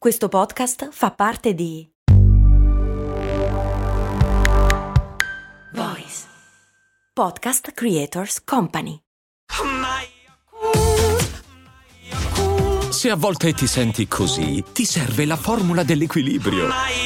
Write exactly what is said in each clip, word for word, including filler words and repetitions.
Questo podcast fa parte di Voice Podcast Creators Company. Se a volte ti senti così, ti serve la formula dell'equilibrio.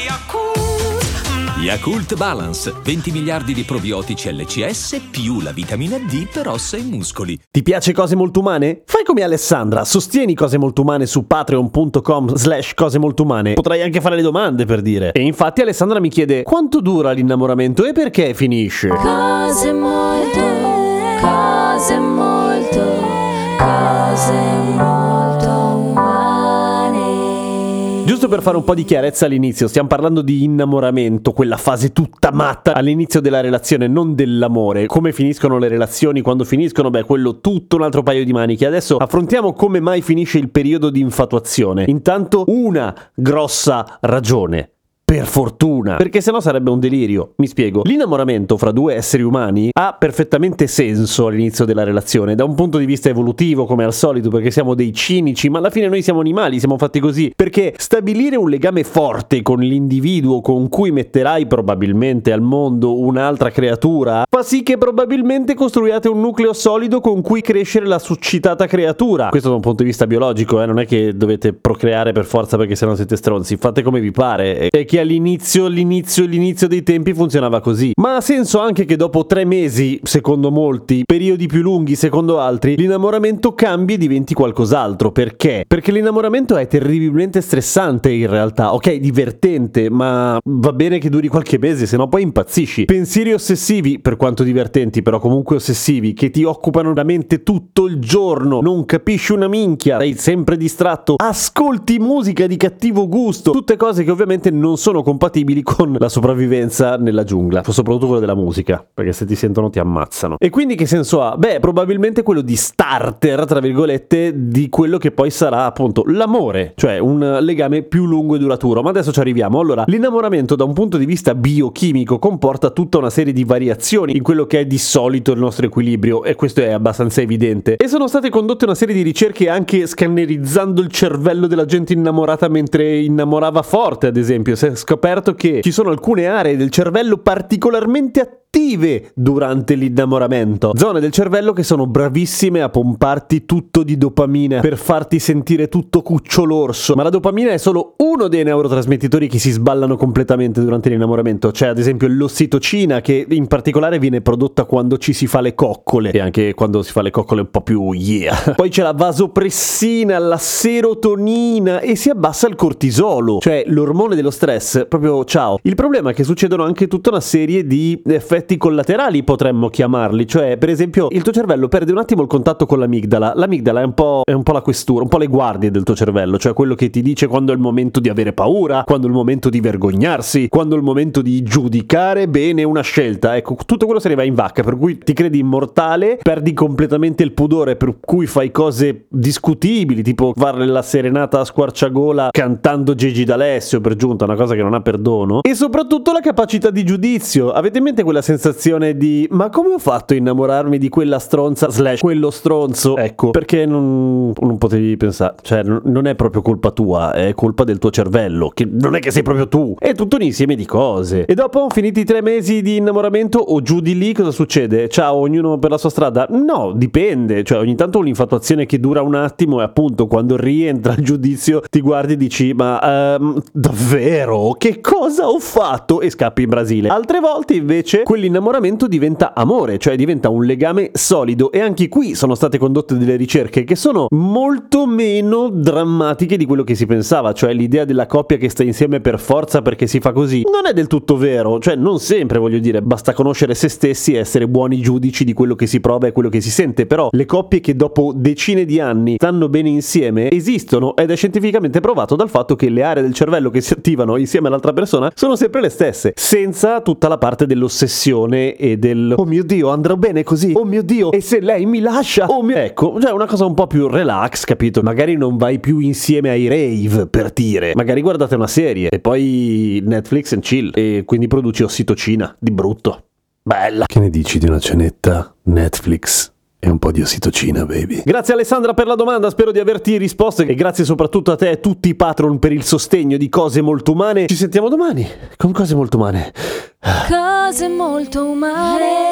Yakult Balance, venti miliardi di probiotici L C S più la vitamina D per ossa e muscoli. Ti piace Cose Molto Umane? Fai come Alessandra, sostieni Cose Molto Umane su patreon.com slash cose molto umane. Potrai anche fare le domande, per dire. E infatti Alessandra mi chiede: quanto dura l'innamoramento e perché finisce? Cose molto, cose molto, cose molto umane. Giusto per fare un po' di chiarezza all'inizio, stiamo parlando di innamoramento, quella fase tutta matta all'inizio della relazione, non dell'amore. Come finiscono le relazioni, quando finiscono, beh, quello tutto un altro paio di maniche. Adesso affrontiamo come mai finisce il periodo di infatuazione. Intanto una grossa ragione. Per fortuna, perché sennò sarebbe un delirio. Mi spiego. L'innamoramento fra due esseri umani ha perfettamente senso all'inizio della relazione, da un punto di vista evolutivo, come al solito, perché siamo dei cinici, ma alla fine noi siamo animali, siamo fatti così. Perché stabilire un legame forte con l'individuo con cui metterai probabilmente al mondo un'altra creatura fa sì che probabilmente costruiate un nucleo solido con cui crescere la succitata creatura. Questo da un punto di vista biologico, eh? Non è che dovete procreare per forza perché sennò siete stronzi, fate come vi pare. E che all'inizio, l'inizio, l'inizio dei tempi funzionava così. Ma ha senso anche che dopo tre mesi, secondo molti, periodi più lunghi secondo altri, l'innamoramento cambi e diventi qualcos'altro. Perché? Perché l'innamoramento è terribilmente stressante in realtà. Ok, divertente, ma va bene che duri qualche mese, sennò poi impazzisci. Pensieri ossessivi, per quanto divertenti, però comunque ossessivi, che ti occupano la mente tutto il giorno. Non capisci una minchia, sei sempre distratto, ascolti musica di cattivo gusto. Tutte cose che ovviamente non sono sono compatibili con la sopravvivenza nella giungla, soprattutto quello della musica, perché se ti sentono ti ammazzano. E quindi che senso ha? Beh, probabilmente quello di starter, tra virgolette, di quello che poi sarà appunto l'amore, cioè un legame più lungo e duraturo. Ma adesso ci arriviamo. Allora, l'innamoramento da un punto di vista biochimico comporta tutta una serie di variazioni in quello che è di solito il nostro equilibrio, e questo è abbastanza evidente. E sono state condotte una serie di ricerche anche scannerizzando il cervello della gente innamorata mentre innamorava forte, ad esempio. Se scoperto che ci sono alcune aree del cervello particolarmente attive durante l'innamoramento, zone del cervello che sono bravissime a pomparti tutto di dopamina per farti sentire tutto cucciolorso. Ma la dopamina è solo uno dei neurotrasmettitori che si sballano completamente durante l'innamoramento. C'è ad esempio l'ossitocina, che in particolare viene prodotta quando ci si fa le coccole, e anche quando si fa le coccole un po' più yeah. Poi c'è la vasopressina, la serotonina, e si abbassa il cortisolo, cioè l'ormone dello stress. Proprio ciao. Il problema è che succedono anche tutta una serie di effetti collaterali, potremmo chiamarli. Cioè, per esempio, il tuo cervello perde un attimo il contatto con l'amigdala. L'amigdala è un po', è un po' la questura, un po' le guardie del tuo cervello, cioè quello che ti dice quando è il momento di avere paura, quando è il momento di vergognarsi, quando è il momento di giudicare bene una scelta. Ecco, tutto quello se ne va in vacca, per cui ti credi immortale, perdi completamente il pudore, per cui fai cose discutibili, tipo fare la serenata a squarciagola cantando Gigi D'Alessio, per giunta, una cosa che non ha perdono. E soprattutto la capacità di giudizio. Avete in mente quella sensazione di: ma come ho fatto a innamorarmi di quella stronza slash quello stronzo? Ecco, perché non, non potevi pensare, cioè n- non è proprio colpa tua, è colpa del tuo cervello, che non è che sei proprio tu, è tutto un insieme di cose. E dopo, finiti i tre mesi di innamoramento o giù di lì, cosa succede? Ciao, ognuno per la sua strada? No, dipende. Cioè ogni tanto un'infatuazione che dura un attimo, e appunto quando rientra il giudizio ti guardi e dici: ma um, davvero? Che cosa ho fatto? E scappi in Brasile. Altre volte invece quell'innamoramento diventa amore, cioè diventa un legame solido. E anche qui sono state condotte delle ricerche che sono molto meno drammatiche di quello che si pensava. Cioè l'idea della coppia che sta insieme per forza perché si fa così non è del tutto vero. Cioè non sempre, voglio dire, basta conoscere se stessi e essere buoni giudici di quello che si prova e quello che si sente. Però le coppie che dopo decine di anni stanno bene insieme esistono, ed è scientificamente provato dal fatto che le aree del cervello che si attivano insieme all'altra persona sono sempre le stesse, senza tutta la parte dell'ossessione e del oh mio Dio, andrà bene così, oh mio Dio, e se lei mi lascia, oh mio... Ecco, cioè una cosa un po' più relax, capito? Magari non vai più insieme ai rave, per dire, magari guardate una serie e poi Netflix and chill, e quindi produci ossitocina di brutto. Bella. Che ne dici di una cenetta Netflix e un po' di ossitocina, baby. Grazie Alessandra per la domanda, spero di averti risposto e grazie soprattutto a te e a tutti i patron per il sostegno di Cose Molto Umane. Ci sentiamo domani con Cose Molto Umane. Cose molto umane.